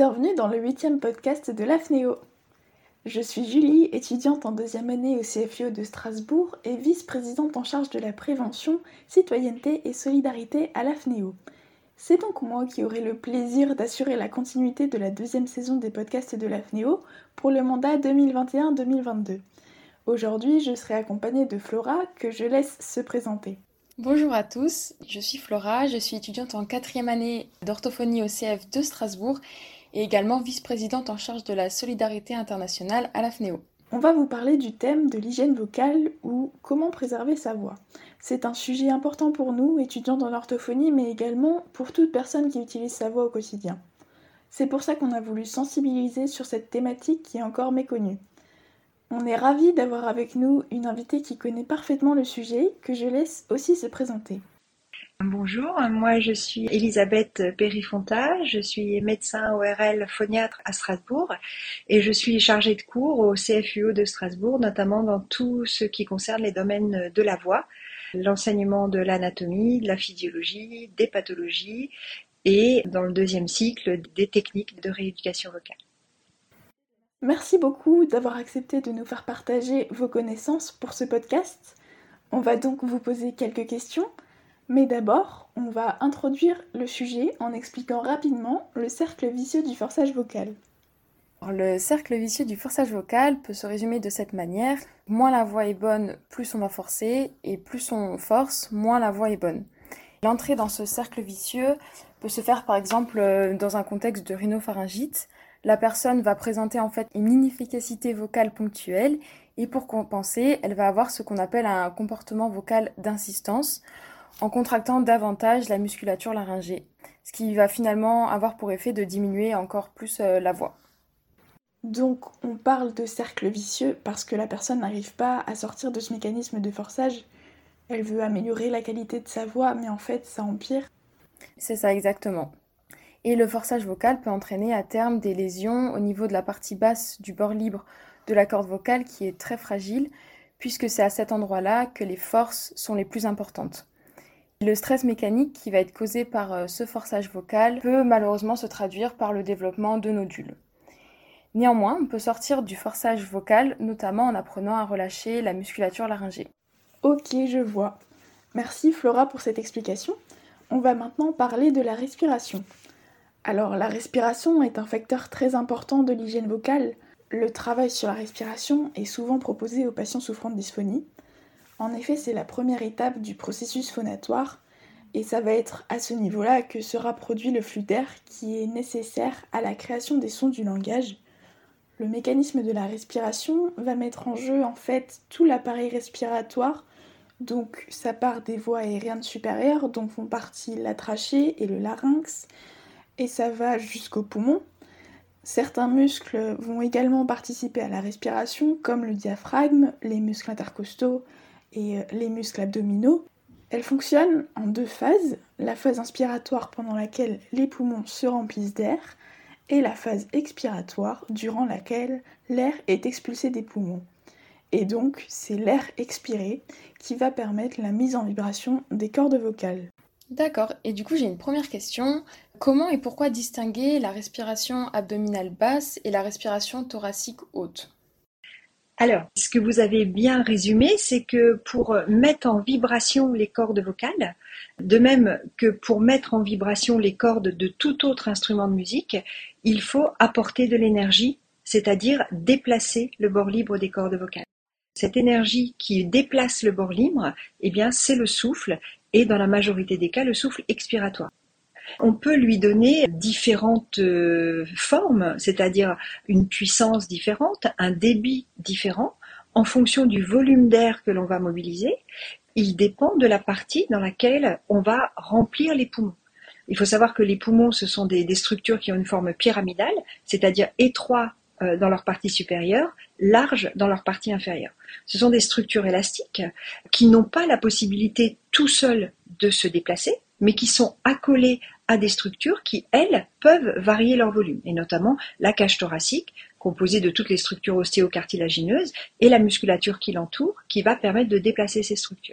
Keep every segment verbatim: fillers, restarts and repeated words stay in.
Bienvenue dans le huitième podcast de l'Afnéo. Je suis Julie, étudiante en deuxième année au C F I O de Strasbourg et vice-présidente en charge de la prévention, citoyenneté et solidarité à l'Afnéo. C'est donc moi qui aurai le plaisir d'assurer la continuité de la deuxième saison des podcasts de l'Afnéo pour le mandat deux mille vingt et un deux mille vingt-deux. Aujourd'hui, je serai accompagnée de Flora, que je laisse se présenter. Bonjour à tous, je suis Flora, je suis étudiante en quatrième année d'orthophonie au C F de Strasbourg et également vice-présidente en charge de la solidarité internationale à l'Afnéo. On va vous parler du thème de l'hygiène vocale ou comment préserver sa voix. C'est un sujet important pour nous, étudiants dans l'orthophonie, mais également pour toute personne qui utilise sa voix au quotidien. C'est pour ça qu'on a voulu sensibiliser sur cette thématique qui est encore méconnue. On est ravis d'avoir avec nous une invitée qui connaît parfaitement le sujet, que je laisse aussi se présenter. Bonjour, moi je suis Elisabeth Périfonta, je suis médecin O R L phoniatre à Strasbourg et je suis chargée de cours au C F I O de Strasbourg, notamment dans tout ce qui concerne les domaines de la voix, l'enseignement de l'anatomie, de la physiologie, des pathologies et dans le deuxième cycle des techniques de rééducation vocale. Merci beaucoup d'avoir accepté de nous faire partager vos connaissances pour ce podcast. On va donc vous poser quelques questions, mais d'abord, on va introduire le sujet en expliquant rapidement le cercle vicieux du forçage vocal. Alors, le cercle vicieux du forçage vocal peut se résumer de cette manière. Moins la voix est bonne, plus on va forcer, et plus on force, moins la voix est bonne. L'entrée dans ce cercle vicieux peut se faire par exemple dans un contexte de rhinopharyngite. La personne va présenter en fait une inefficacité vocale ponctuelle et pour compenser, elle va avoir ce qu'on appelle un comportement vocal d'insistance en contractant davantage la musculature laryngée, ce qui va finalement avoir pour effet de diminuer encore plus euh, la voix. Donc on parle de cercle vicieux parce que la personne n'arrive pas à sortir de ce mécanisme de forçage. Elle veut améliorer la qualité de sa voix, mais en fait ça empire. C'est ça exactement. Et le forçage vocal peut entraîner à terme des lésions au niveau de la partie basse du bord libre de la corde vocale qui est très fragile, puisque c'est à cet endroit-là que les forces sont les plus importantes. Le stress mécanique qui va être causé par ce forçage vocal peut malheureusement se traduire par le développement de nodules. Néanmoins, on peut sortir du forçage vocal, notamment en apprenant à relâcher la musculature laryngée. Ok, je vois. Merci Flora pour cette explication. On va maintenant parler de la respiration. Alors, la respiration est un facteur très important de l'hygiène vocale. Le travail sur la respiration est souvent proposé aux patients souffrant de dysphonie. En effet, c'est la première étape du processus phonatoire et ça va être à ce niveau-là que sera produit le flux d'air qui est nécessaire à la création des sons du langage. Le mécanisme de la respiration va mettre en jeu en fait tout l'appareil respiratoire, donc ça part des voies aériennes supérieures dont font partie la trachée et le larynx, et ça va jusqu'aux poumons. Certains muscles vont également participer à la respiration, comme le diaphragme, les muscles intercostaux et les muscles abdominaux. Elles fonctionnent en deux phases, la phase inspiratoire pendant laquelle les poumons se remplissent d'air, et la phase expiratoire durant laquelle l'air est expulsé des poumons. Et donc, c'est l'air expiré qui va permettre la mise en vibration des cordes vocales. D'accord, et du coup j'ai une première question. Comment et pourquoi distinguer la respiration abdominale basse et la respiration thoracique haute ? Alors, ce que vous avez bien résumé, c'est que pour mettre en vibration les cordes vocales, de même que pour mettre en vibration les cordes de tout autre instrument de musique, il faut apporter de l'énergie, c'est-à-dire déplacer le bord libre des cordes vocales. Cette énergie qui déplace le bord libre, eh bien, c'est le souffle, et dans la majorité des cas, le souffle expiratoire. On peut lui donner différentes euh, formes, c'est-à-dire une puissance différente, un débit différent, en fonction du volume d'air que l'on va mobiliser. Il dépend de la partie dans laquelle on va remplir les poumons. Il faut savoir que les poumons, ce sont des, des structures qui ont une forme pyramidale, c'est-à-dire étroits euh, dans leur partie supérieure, larges dans leur partie inférieure. Ce sont des structures élastiques qui n'ont pas la possibilité tout seules de se déplacer, mais qui sont accolées à des structures qui, elles, peuvent varier leur volume, et notamment la cage thoracique, composée de toutes les structures ostéocartilagineuses, et la musculature qui l'entoure, qui va permettre de déplacer ces structures.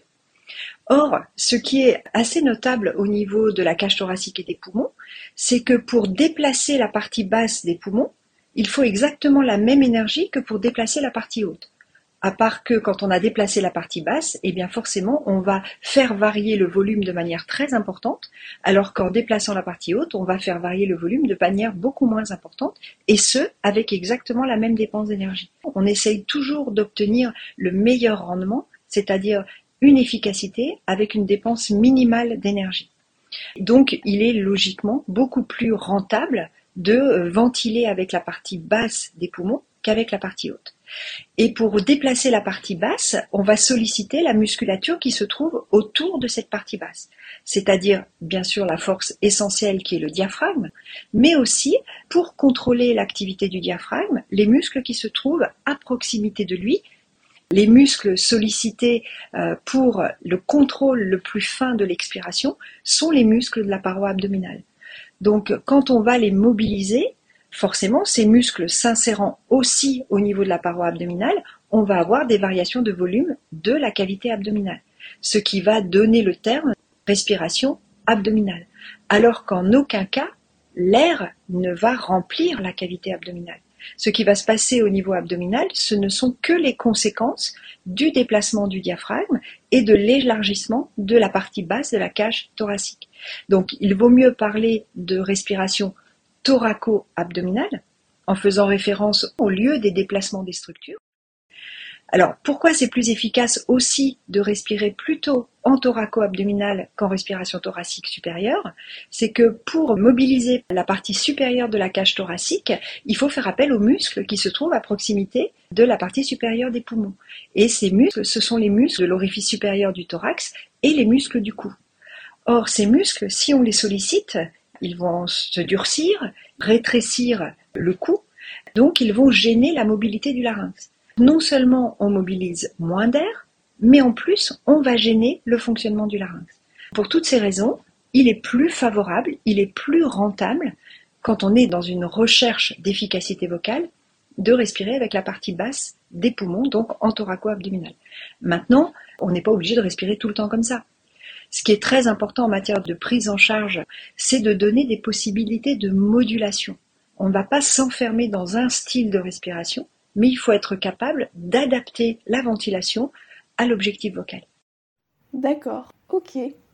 Or, ce qui est assez notable au niveau de la cage thoracique et des poumons, c'est que pour déplacer la partie basse des poumons, il faut exactement la même énergie que pour déplacer la partie haute. À part que quand on a déplacé la partie basse, eh bien forcément on va faire varier le volume de manière très importante, alors qu'en déplaçant la partie haute, on va faire varier le volume de manière beaucoup moins importante, et ce, avec exactement la même dépense d'énergie. On essaye toujours d'obtenir le meilleur rendement, c'est-à-dire une efficacité avec une dépense minimale d'énergie. Donc il est logiquement beaucoup plus rentable de ventiler avec la partie basse des poumons qu'avec la partie haute. Et pour déplacer la partie basse, on va solliciter la musculature qui se trouve autour de cette partie basse, c'est-à-dire bien sûr la force essentielle qui est le diaphragme, mais aussi pour contrôler l'activité du diaphragme, les muscles qui se trouvent à proximité de lui. Les muscles sollicités pour le contrôle le plus fin de l'expiration sont les muscles de la paroi abdominale. Donc quand on va les mobiliser, forcément, ces muscles s'insérant aussi au niveau de la paroi abdominale, on va avoir des variations de volume de la cavité abdominale, ce qui va donner le terme respiration abdominale, alors qu'en aucun cas, l'air ne va remplir la cavité abdominale. Ce qui va se passer au niveau abdominal, ce ne sont que les conséquences du déplacement du diaphragme et de l'élargissement de la partie basse de la cage thoracique. Donc, il vaut mieux parler de respiration thoraco-abdominale en faisant référence au lieu des déplacements des structures. Alors, pourquoi c'est plus efficace aussi de respirer plutôt en thoraco-abdominal qu'en respiration thoracique supérieure? C'est que pour mobiliser la partie supérieure de la cage thoracique, il faut faire appel aux muscles qui se trouvent à proximité de la partie supérieure des poumons. Et ces muscles, ce sont les muscles de l'orifice supérieur du thorax et les muscles du cou. Or, ces muscles, si on les sollicite, ils vont se durcir, rétrécir le cou, donc ils vont gêner la mobilité du larynx. Non seulement on mobilise moins d'air, mais en plus on va gêner le fonctionnement du larynx. Pour toutes ces raisons, il est plus favorable, il est plus rentable, quand on est dans une recherche d'efficacité vocale, de respirer avec la partie basse des poumons, donc en thoraco-abdominal. Maintenant, on n'est pas obligé de respirer tout le temps comme ça. Ce qui est très important en matière de prise en charge, c'est de donner des possibilités de modulation. On ne va pas s'enfermer dans un style de respiration, mais il faut être capable d'adapter la ventilation à l'objectif vocal. D'accord, ok.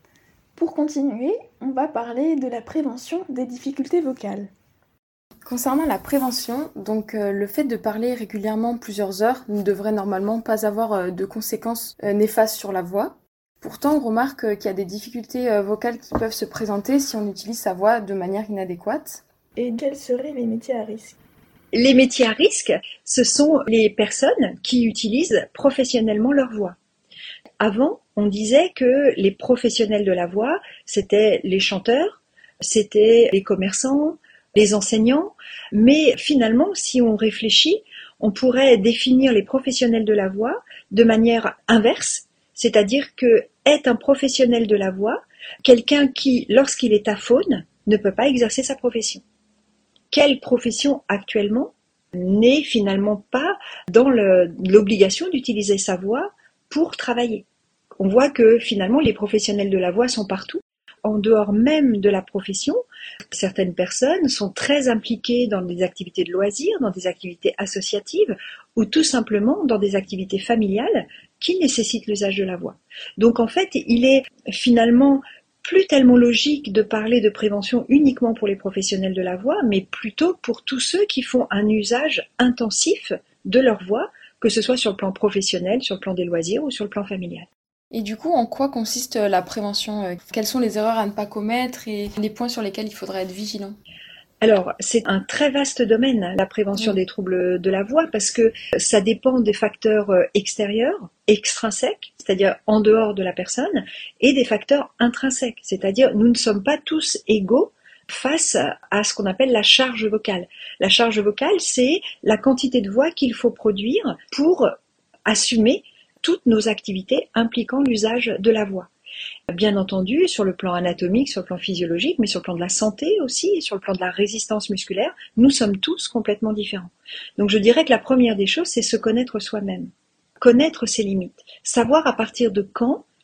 Pour continuer, on va parler de la prévention des difficultés vocales. Concernant la prévention, donc euh, le fait de parler régulièrement plusieurs heures ne devrait normalement pas avoir euh, de conséquences euh, néfastes sur la voix. Pourtant, on remarque euh, qu'il y a des difficultés euh, vocales qui peuvent se présenter si on utilise sa voix de manière inadéquate. Et quels seraient les métiers à risque ? Les métiers à risque, ce sont les personnes qui utilisent professionnellement leur voix. Avant, on disait que les professionnels de la voix, c'était les chanteurs, c'était les commerçants, les enseignants, mais finalement, si on réfléchit, on pourrait définir les professionnels de la voix de manière inverse, c'est-à-dire que est un professionnel de la voix quelqu'un qui, lorsqu'il est aphone, ne peut pas exercer sa profession. Quelle profession actuellement n'est finalement pas dans le, l'obligation d'utiliser sa voix pour travailler? On voit que finalement les professionnels de la voix sont partout. En dehors même de la profession, certaines personnes sont très impliquées dans des activités de loisirs, dans des activités associatives ou tout simplement dans des activités familiales qui nécessitent l'usage de la voix. Donc en fait, il est finalement plus tellement logique de parler de prévention uniquement pour les professionnels de la voix, mais plutôt pour tous ceux qui font un usage intensif de leur voix, que ce soit sur le plan professionnel, sur le plan des loisirs ou sur le plan familial. Et du coup, en quoi consiste la prévention ? Quelles sont les erreurs à ne pas commettre et les points sur lesquels il faudra être vigilant ? Alors, c'est un très vaste domaine, la prévention oui. des troubles de la voix, parce que ça dépend des facteurs extérieurs, extrinsèques, c'est-à-dire en dehors de la personne, et des facteurs intrinsèques, c'est-à-dire nous ne sommes pas tous égaux face à ce qu'on appelle la charge vocale. La charge vocale, c'est la quantité de voix qu'il faut produire pour assumer toutes nos activités impliquant l'usage de la voix. Bien entendu, sur le plan anatomique, sur le plan physiologique, mais sur le plan de la santé aussi, et sur le plan de la résistance musculaire, nous sommes tous complètement différents. Donc je dirais que la première des choses, c'est se connaître soi-même, connaître ses limites, savoir à partir de quand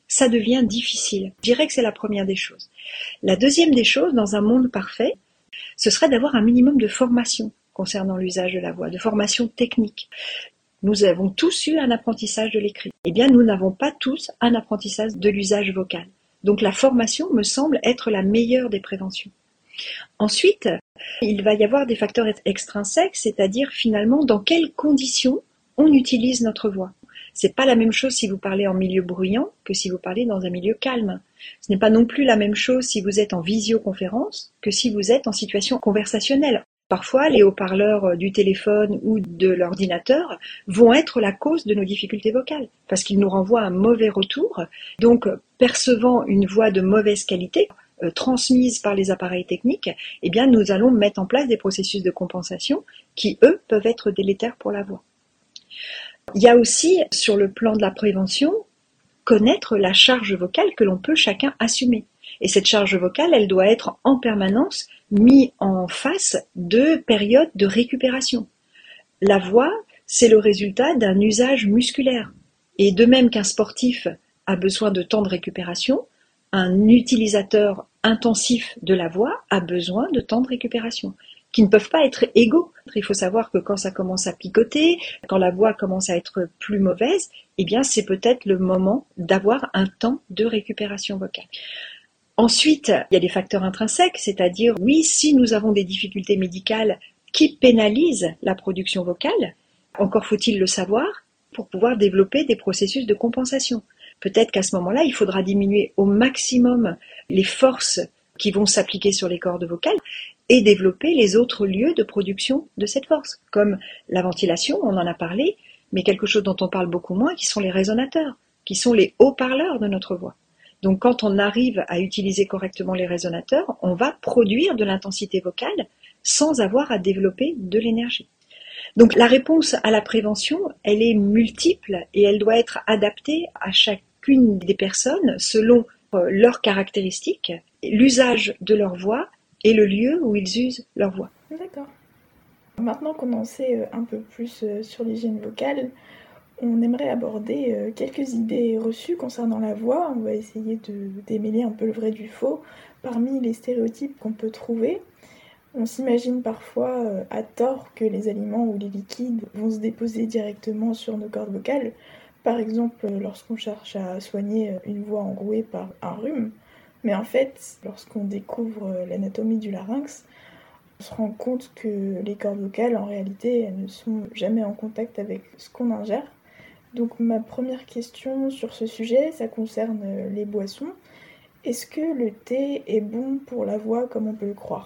ça devient difficile. Je dirais que c'est la première des choses. La deuxième des choses, dans un monde parfait, ce serait d'avoir un minimum de formation concernant l'usage de la voix, de formation technique. Nous avons tous eu un apprentissage de l'écrit. Eh bien, nous n'avons pas tous un apprentissage de l'usage vocal. Donc la formation me semble être la meilleure des préventions. Ensuite, il va y avoir des facteurs extrinsèques, c'est-à-dire finalement dans quelles conditions on utilise notre voix. C'est pas la même chose si vous parlez en milieu bruyant que si vous parlez dans un milieu calme. Ce n'est pas non plus la même chose si vous êtes en visioconférence que si vous êtes en situation conversationnelle. Parfois, les haut-parleurs du téléphone ou de l'ordinateur vont être la cause de nos difficultés vocales, parce qu'ils nous renvoient un mauvais retour. Donc, percevant une voix de mauvaise qualité, euh, transmise par les appareils techniques, eh bien, nous allons mettre en place des processus de compensation qui, eux, peuvent être délétères pour la voix. Il y a aussi, sur le plan de la prévention, connaître la charge vocale que l'on peut chacun assumer. Et cette charge vocale, elle doit être en permanence mise en face de périodes de récupération. La voix, c'est le résultat d'un usage musculaire. Et de même qu'un sportif a besoin de temps de récupération, un utilisateur intensif de la voix a besoin de temps de récupération, qui ne peuvent pas être égaux. Il faut savoir que quand ça commence à picoter, quand la voix commence à être plus mauvaise, eh bien c'est peut-être le moment d'avoir un temps de récupération vocale. Ensuite, il y a des facteurs intrinsèques, c'est-à-dire, oui, si nous avons des difficultés médicales qui pénalisent la production vocale, encore faut-il le savoir pour pouvoir développer des processus de compensation. Peut-être qu'à ce moment-là, il faudra diminuer au maximum les forces qui vont s'appliquer sur les cordes vocales et développer les autres lieux de production de cette force, comme la ventilation, on en a parlé, mais quelque chose dont on parle beaucoup moins, qui sont les résonateurs, qui sont les haut-parleurs de notre voix. Donc quand on arrive à utiliser correctement les résonateurs, on va produire de l'intensité vocale sans avoir à développer de l'énergie. Donc la réponse à la prévention, elle est multiple et elle doit être adaptée à chacune des personnes selon leurs caractéristiques, l'usage de leur voix et le lieu où ils usent leur voix. D'accord. Maintenant qu'on en sait un peu plus sur l'hygiène vocale, on aimerait aborder quelques idées reçues concernant la voix. On va essayer de démêler un peu le vrai du faux parmi les stéréotypes qu'on peut trouver. On s'imagine parfois à tort que les aliments ou les liquides vont se déposer directement sur nos cordes vocales. Par exemple, lorsqu'on cherche à soigner une voix enrouée par un rhume. Mais en fait, lorsqu'on découvre l'anatomie du larynx, on se rend compte que les cordes vocales, en réalité, elles ne sont jamais en contact avec ce qu'on ingère. Donc ma première question sur ce sujet, ça concerne les boissons. Est-ce que le thé est bon pour la voix comme on peut le croire ?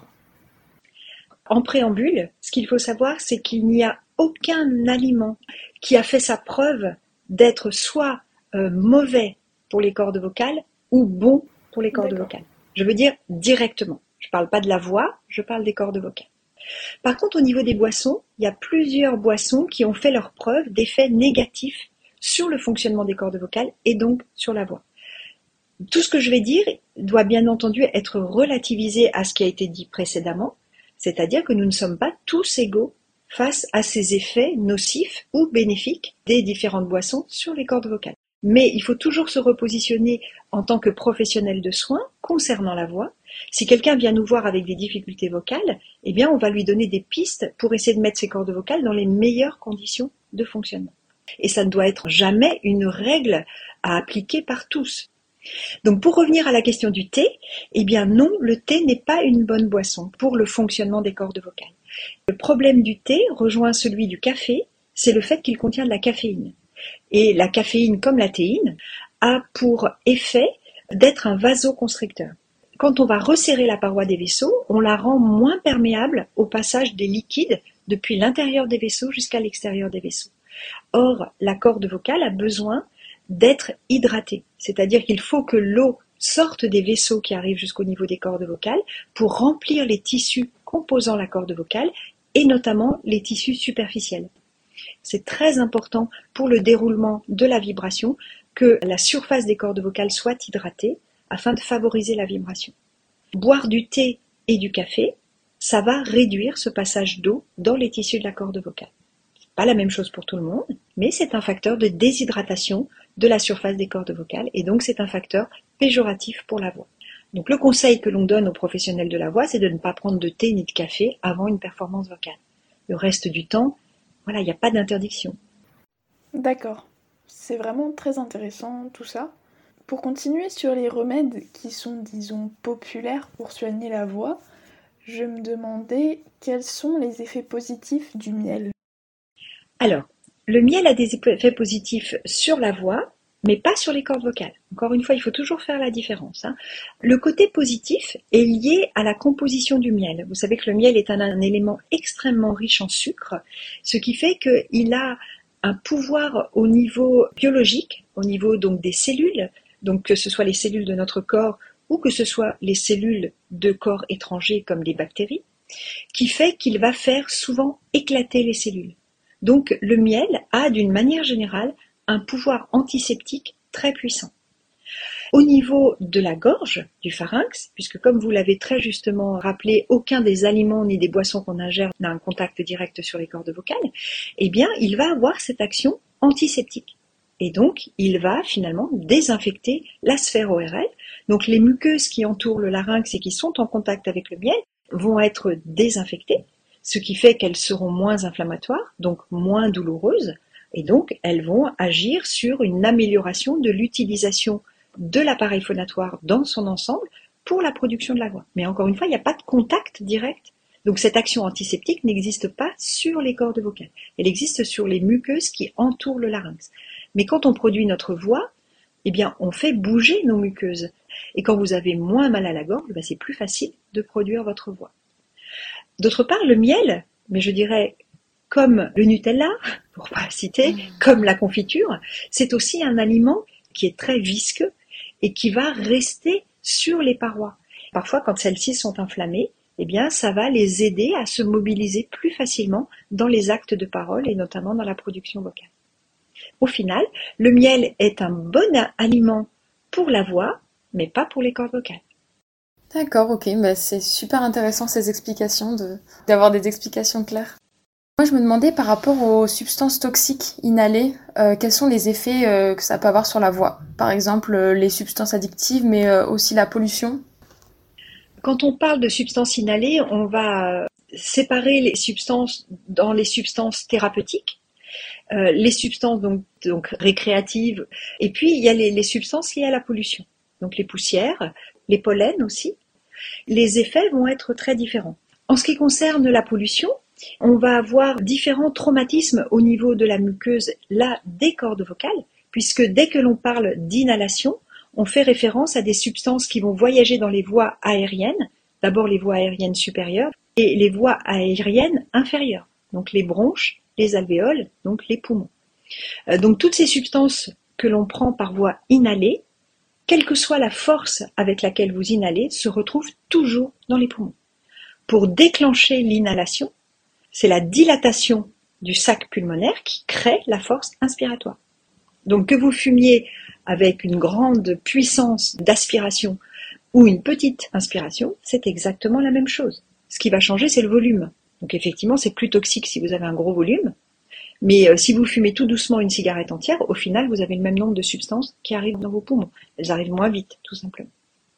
En préambule, ce qu'il faut savoir, c'est qu'il n'y a aucun aliment qui a fait sa preuve d'être soit euh, mauvais pour les cordes vocales ou bon pour les cordes D'accord. vocales. Je veux dire directement. Je ne parle pas de la voix, je parle des cordes vocales. Par contre, au niveau des boissons, il y a plusieurs boissons qui ont fait leur preuve d'effets négatifs sur le fonctionnement des cordes vocales et donc sur la voix. Tout ce que je vais dire doit bien entendu être relativisé à ce qui a été dit précédemment, c'est-à-dire que nous ne sommes pas tous égaux face à ces effets nocifs ou bénéfiques des différentes boissons sur les cordes vocales. Mais il faut toujours se repositionner en tant que professionnel de soins concernant la voix. Si quelqu'un vient nous voir avec des difficultés vocales, eh bien on va lui donner des pistes pour essayer de mettre ses cordes vocales dans les meilleures conditions de fonctionnement. Et ça ne doit être jamais une règle à appliquer par tous. Donc pour revenir à la question du thé, eh bien non, le thé n'est pas une bonne boisson pour le fonctionnement des cordes vocales. Le problème du thé rejoint celui du café, c'est le fait qu'il contient de la caféine. Et la caféine, comme la théine, a pour effet d'être un vasoconstricteur. Quand on va resserrer la paroi des vaisseaux, on la rend moins perméable au passage des liquides depuis l'intérieur des vaisseaux jusqu'à l'extérieur des vaisseaux. Or, la corde vocale a besoin d'être hydratée, c'est-à-dire qu'il faut que l'eau sorte des vaisseaux qui arrivent jusqu'au niveau des cordes vocales pour remplir les tissus composant la corde vocale et notamment les tissus superficiels. C'est très important pour le déroulement de la vibration que la surface des cordes vocales soit hydratée afin de favoriser la vibration. Boire du thé et du café, ça va réduire ce passage d'eau dans les tissus de la corde vocale. C'est pas la même chose pour tout le monde, mais c'est un facteur de déshydratation de la surface des cordes vocales et donc c'est un facteur péjoratif pour la voix. Donc le conseil que l'on donne aux professionnels de la voix, c'est de ne pas prendre de thé ni de café avant une performance vocale. Le reste du temps, voilà, il n'y a pas d'interdiction. D'accord, c'est vraiment très intéressant tout ça. Pour continuer sur les remèdes qui sont, disons, populaires pour soigner la voix, je me demandais quels sont les effets positifs du miel. Alors, le miel a des effets positifs sur la voix, mais pas sur les cordes vocales. Encore une fois, il faut toujours faire la différence. Hein. Le côté positif est lié à la composition du miel. Vous savez que le miel est un, un élément extrêmement riche en sucre, ce qui fait qu'il a un pouvoir au niveau biologique, au niveau donc des cellules, donc que ce soit les cellules de notre corps ou que ce soit les cellules de corps étrangers comme des bactéries, qui fait qu'il va faire souvent éclater les cellules. Donc le miel a d'une manière générale un pouvoir antiseptique très puissant. Au niveau de la gorge, du pharynx, puisque comme vous l'avez très justement rappelé, aucun des aliments ni des boissons qu'on ingère n'a un contact direct sur les cordes vocales, eh bien il va avoir cette action antiseptique. Et donc il va finalement désinfecter la sphère O R L. Donc les muqueuses qui entourent le larynx et qui sont en contact avec le miel vont être désinfectées, ce qui fait qu'elles seront moins inflammatoires, donc moins douloureuses, et donc elles vont agir sur une amélioration de l'utilisation de l'appareil phonatoire dans son ensemble pour la production de la voix. Mais encore une fois, il n'y a pas de contact direct. Donc cette action antiseptique n'existe pas sur les cordes vocales. Elle existe sur les muqueuses qui entourent le larynx. Mais quand on produit notre voix, eh bien, on fait bouger nos muqueuses. Et quand vous avez moins mal à la gorge, ben c'est plus facile de produire votre voix. D'autre part, le miel, mais je dirais comme le Nutella, pour pas citer, mmh. comme la confiture, c'est aussi un aliment qui est très visqueux et qui va rester sur les parois. Parfois, quand celles-ci sont inflammées, eh bien, ça va les aider à se mobiliser plus facilement dans les actes de parole et notamment dans la production vocale. Au final, le miel est un bon aliment pour la voix, mais pas pour les cordes vocales. D'accord, ok, bah c'est super intéressant ces explications, de, d'avoir des explications claires. Moi, je me demandais par rapport aux substances toxiques inhalées, euh, quels sont les effets euh, que ça peut avoir sur la voix. Par exemple, euh, les substances addictives, mais euh, aussi la pollution. Quand on parle de substances inhalées, on va séparer les substances dans les substances thérapeutiques, euh, les substances donc, donc récréatives, et puis il y a les, les substances liées à la pollution. Donc les poussières, les pollens aussi. Les effets vont être très différents. En ce qui concerne la pollution, on va avoir différents traumatismes au niveau de la muqueuse, là, des cordes vocales, puisque dès que l'on parle d'inhalation, on fait référence à des substances qui vont voyager dans les voies aériennes, d'abord les voies aériennes supérieures, et les voies aériennes inférieures, donc les bronches, les alvéoles, donc les poumons. Euh, donc toutes ces substances que l'on prend par voie inhalée, quelle que soit la force avec laquelle vous inhalez, se retrouvent toujours dans les poumons. Pour déclencher l'inhalation, c'est la dilatation du sac pulmonaire qui crée la force inspiratoire. Donc que vous fumiez avec une grande puissance d'aspiration ou une petite inspiration, c'est exactement la même chose. Ce qui va changer, c'est le volume. Donc effectivement, c'est plus toxique si vous avez un gros volume, mais euh, si vous fumez tout doucement une cigarette entière, au final, vous avez le même nombre de substances qui arrivent dans vos poumons. Elles arrivent moins vite, tout simplement.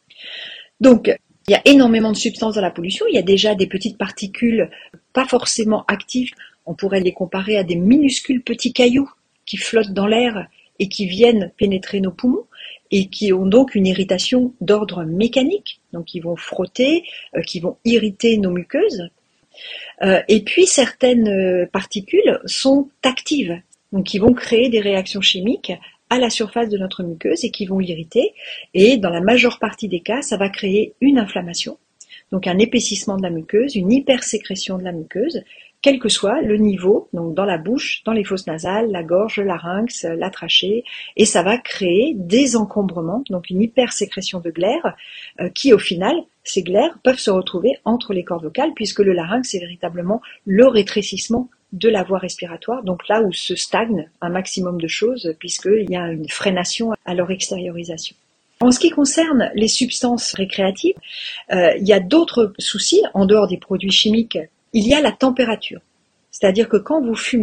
Donc, il y a énormément de substances dans la pollution. Il y a déjà des petites particules pas forcément actives. On pourrait les comparer à des minuscules petits cailloux qui flottent dans l'air et qui viennent pénétrer nos poumons et qui ont donc une irritation d'ordre mécanique. Donc, ils vont frotter, euh, qui vont irriter nos muqueuses. Euh, et puis, certaines particules sont actives. Donc, qui vont créer des réactions chimiques à la surface de notre muqueuse et qui vont l'irriter. Et dans la majeure partie des cas, ça va créer une inflammation, donc un épaississement de la muqueuse, une hypersécrétion de la muqueuse, quel que soit le niveau, donc dans la bouche, dans les fosses nasales, la gorge, le larynx, la trachée, et ça va créer des encombrements, donc une hypersécrétion de glaire, euh, qui au final, ces glaires peuvent se retrouver entre les cordes vocales, puisque le larynx est véritablement le rétrécissement de la voie respiratoire, donc là où se stagne un maximum de choses, puisqu'il y a une freination à leur extériorisation. En ce qui concerne les substances récréatives, euh, il y a d'autres soucis, en dehors des produits chimiques, il y a la température. C'est-à-dire que quand vous fumez,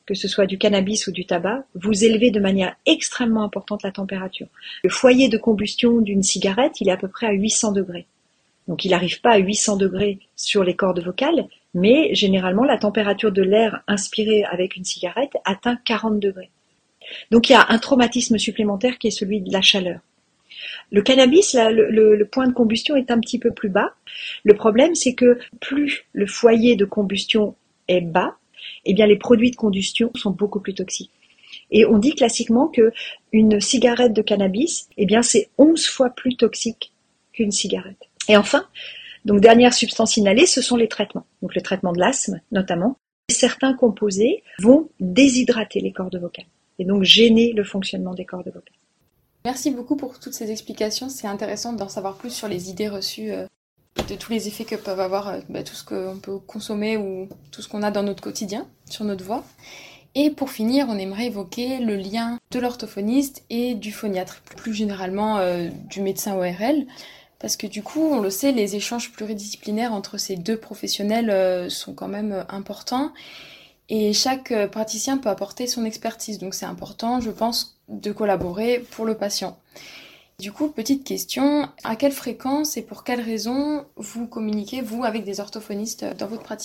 que ce soit du cannabis ou du tabac, vous élevez de manière extrêmement importante la température. Le foyer de combustion d'une cigarette, il est à peu près à huit cents degrés. Donc il n'arrive pas à huit cents degrés sur les cordes vocales, mais généralement la température de l'air inspiré avec une cigarette atteint quarante degrés. Donc il y a un traumatisme supplémentaire qui est celui de la chaleur. Le cannabis, là, le, le, le point de combustion est un petit peu plus bas. Le problème, c'est que plus le foyer de combustion est bas, eh bien les produits de combustion sont beaucoup plus toxiques. Et on dit classiquement que une cigarette de cannabis, eh bien c'est onze fois plus toxique qu'une cigarette. Et enfin, donc dernière substance inhalée, ce sont les traitements. Donc le traitement de l'asthme notamment. Certains composés vont déshydrater les cordes vocales et donc gêner le fonctionnement des cordes vocales. Merci beaucoup pour toutes ces explications. C'est intéressant d'en savoir plus sur les idées reçues euh, de tous les effets que peuvent avoir euh, bah, tout ce qu'on peut consommer ou tout ce qu'on a dans notre quotidien, sur notre voix. Et pour finir, on aimerait évoquer le lien de l'orthophoniste et du phoniatre, plus généralement euh, du médecin O R L. Parce que du coup, on le sait, les échanges pluridisciplinaires entre ces deux professionnels euh, sont quand même euh, importants. Et chaque euh, praticien peut apporter son expertise. Donc c'est important, je pense, de collaborer pour le patient. Du coup, petite question, à quelle fréquence et pour quelles raisons vous communiquez, vous, avec des orthophonistes dans votre pratique ?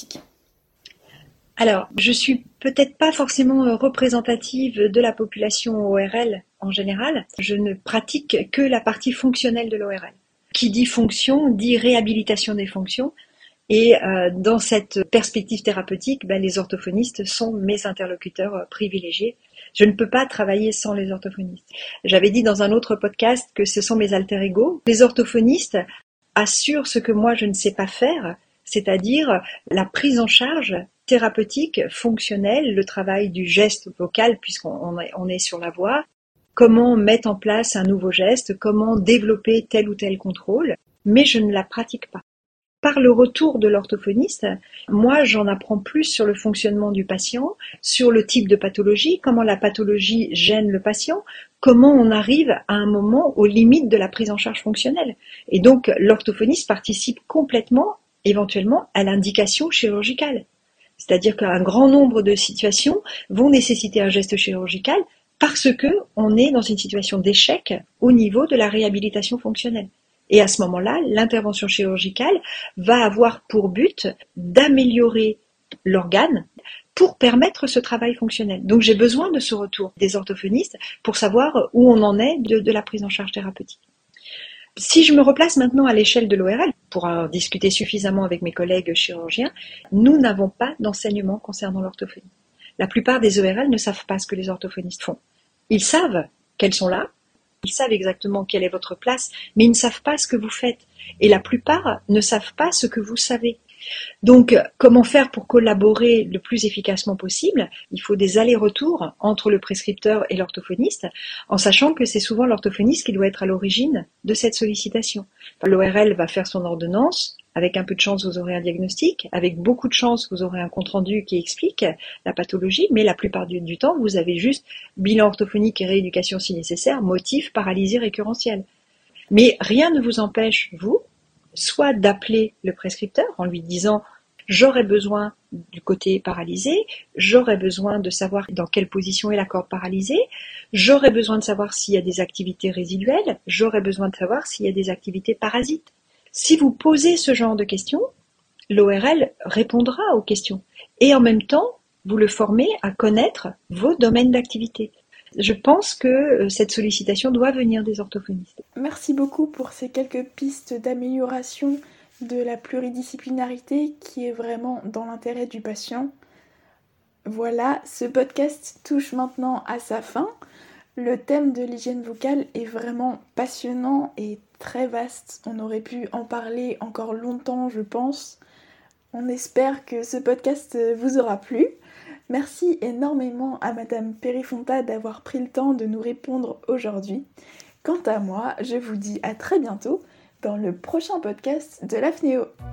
Alors, je suis peut-être pas forcément représentative de la population O R L en général. Je ne pratique que la partie fonctionnelle de l'O R L. Qui dit fonction, dit réhabilitation des fonctions. Et euh, dans cette perspective thérapeutique, ben, les orthophonistes sont mes interlocuteurs euh, privilégiés. Je ne peux pas travailler sans les orthophonistes. J'avais dit dans un autre podcast que ce sont mes alter ego. Les orthophonistes assurent ce que moi je ne sais pas faire, c'est-à-dire la prise en charge thérapeutique, fonctionnelle, le travail du geste vocal puisqu'on est, on est sur la voix, comment mettre en place un nouveau geste, comment développer tel ou tel contrôle, mais je ne la pratique pas. Par le retour de l'orthophoniste, moi j'en apprends plus sur le fonctionnement du patient, sur le type de pathologie, comment la pathologie gêne le patient, comment on arrive à un moment aux limites de la prise en charge fonctionnelle. Et donc l'orthophoniste participe complètement, éventuellement, à l'indication chirurgicale. C'est-à-dire qu'un grand nombre de situations vont nécessiter un geste chirurgical parce que on est dans une situation d'échec au niveau de la réhabilitation fonctionnelle. Et à ce moment-là, l'intervention chirurgicale va avoir pour but d'améliorer l'organe pour permettre ce travail fonctionnel. Donc j'ai besoin de ce retour des orthophonistes pour savoir où on en est de, de la prise en charge thérapeutique. Si je me replace maintenant à l'échelle de l'O R L, pour en discuter suffisamment avec mes collègues chirurgiens, nous n'avons pas d'enseignement concernant l'orthophonie. La plupart des O R L ne savent pas ce que les orthophonistes font. Ils savent qu'elles sont là, ils savent exactement quelle est votre place, mais ils ne savent pas ce que vous faites. Et la plupart ne savent pas ce que vous savez. Donc, comment faire pour collaborer le plus efficacement possible ? Il faut des allers-retours entre le prescripteur et l'orthophoniste, en sachant que c'est souvent l'orthophoniste qui doit être à l'origine de cette sollicitation. L'O R L va faire son ordonnance, avec un peu de chance vous aurez un diagnostic, avec beaucoup de chance vous aurez un compte-rendu qui explique la pathologie, mais la plupart du, du temps vous avez juste bilan orthophonique et rééducation si nécessaire, motif, paralysie récurrentielle. Mais rien ne vous empêche, vous, soit d'appeler le prescripteur en lui disant « j'aurais besoin du côté paralysé, j'aurais besoin de savoir dans quelle position est la corde paralysée, j'aurais besoin de savoir s'il y a des activités résiduelles, j'aurais besoin de savoir s'il y a des activités parasites ». Si vous posez ce genre de questions, l'O R L répondra aux questions et en même temps, vous le formez à connaître vos domaines d'activité. Je pense que cette sollicitation doit venir des orthophonistes. Merci beaucoup pour ces quelques pistes d'amélioration de la pluridisciplinarité qui est vraiment dans l'intérêt du patient. Voilà, ce podcast touche maintenant à sa fin. Le thème de l'hygiène vocale est vraiment passionnant et très vaste. On aurait pu en parler encore longtemps, je pense. On espère que ce podcast vous aura plu. Merci énormément à Madame Perifonta d'avoir pris le temps de nous répondre aujourd'hui. Quant à moi, je vous dis à très bientôt dans le prochain podcast de l'Apnéo.